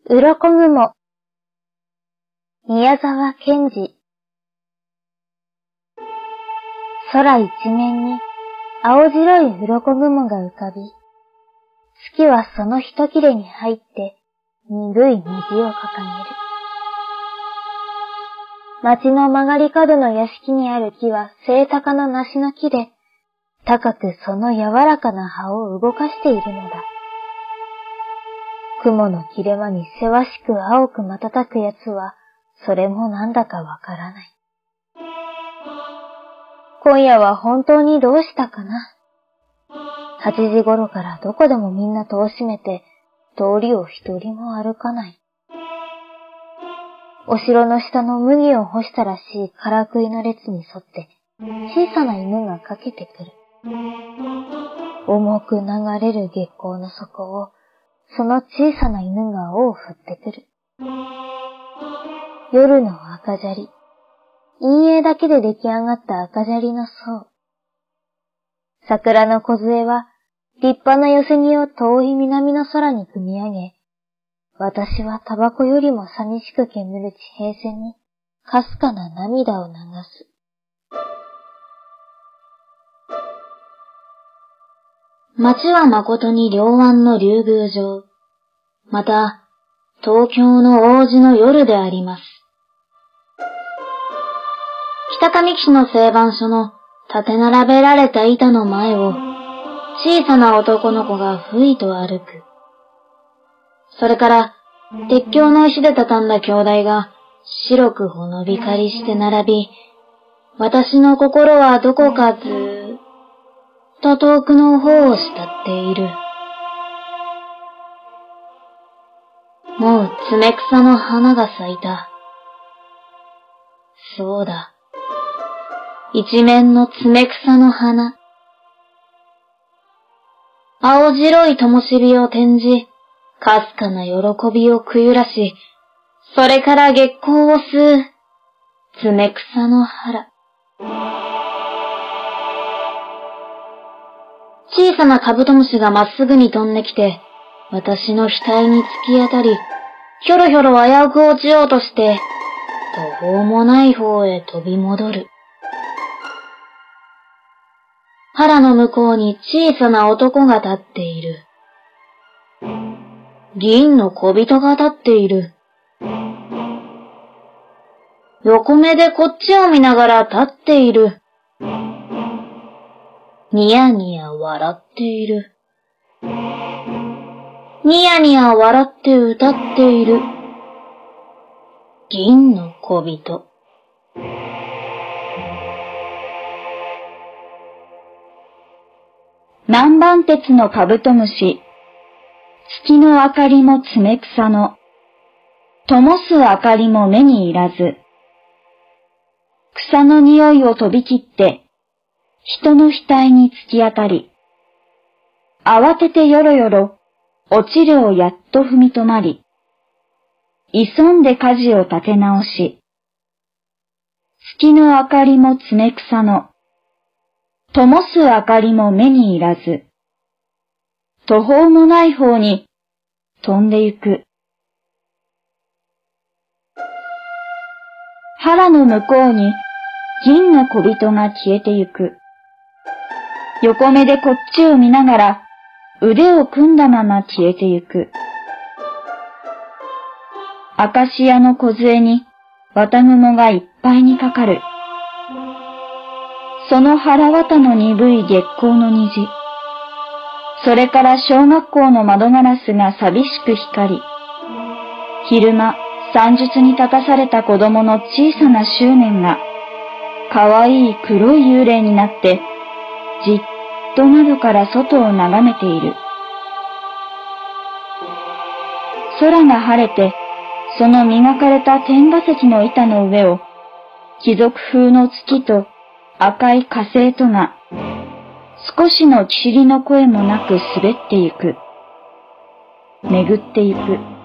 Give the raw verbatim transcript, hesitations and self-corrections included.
鱗雲。宮沢賢治。空一面に青白い鱗雲が浮かび、月はその一切れに入って鈍い虹を掲げる。町の曲がり角の屋敷にある木は背高な梨の木で、高くその柔らかな葉を動かしているのだ。雲の切れ間にせわしく青く瞬くやつは、それもなんだかわからない。今夜は本当にどうしたかな。はちじ頃からどこでもみんな戸を閉めて、通りを一人も歩かない。お城の下の麦を干したらしいからくいの列に沿って、小さな犬がかけてくる。重く流れる月光の底を、その小さな犬が尾を振ってくる。夜の赤砂利。陰影だけで出来上がった赤砂利の層。桜の梢は立派な寄せ木を遠い南の空に組み上げ、私はタバコよりも寂しく煙る地平線にかすかな涙を流す。 街は誠に両湾の竜宮城。また、東京の王子の夜であります。北上岸の製板所の立て並べられた板の前を、小さな男の子がふいと歩く。それから、鉄橋の石で畳んだ兄弟が白くほのびかりして並び、私の心はどこかずーっと遠くの方を慕っている。もう爪草の花が咲いた。そうだ。一面の爪草の花。青白い灯火を転じ、かすかな喜びをくゆらし、それから月光を吸う、爪草の腹。小さなカブトムシがまっすぐに飛んできて、私の額に突き当たり、ひょろひょろ危うく落ちようとして、途方もない方へ飛び戻る。腹の向こうに小さな男が立っている。銀の小人が立っている。横目でこっちを見ながら立っている。ニヤニヤ笑っている。ニヤニヤ笑って歌っている。銀の小人。南蛮鉄のカブトムシ。月の明かりも爪草の。灯す明かりも目にいらず。草の匂いを飛び切って、人の額に突き当たり、慌ててよろよろ、落ちるをやっと踏み止まり、急んで舵を立て直し、月の明かりも爪草の、灯す明かりも目にいらず、途方もない方に飛んでゆく。腹の向こうに銀の小人が消えてゆく。横目でこっちを見ながら腕を組んだまま消えてゆく。アカシアの梢に綿雲がいっぱいにかかる。その腹綿の鈍い月光の虹。それから小学校の窓ガラスが寂しく光り、昼間、算術に立たされた子供の小さな執念が、かわいい黒い幽霊になって、じっと窓から外を眺めている。空が晴れて、その磨かれた天画石の板の上を、貴族風の月と赤い火星とが、少しの塵の声もなく滑ってゆく。巡ってゆく。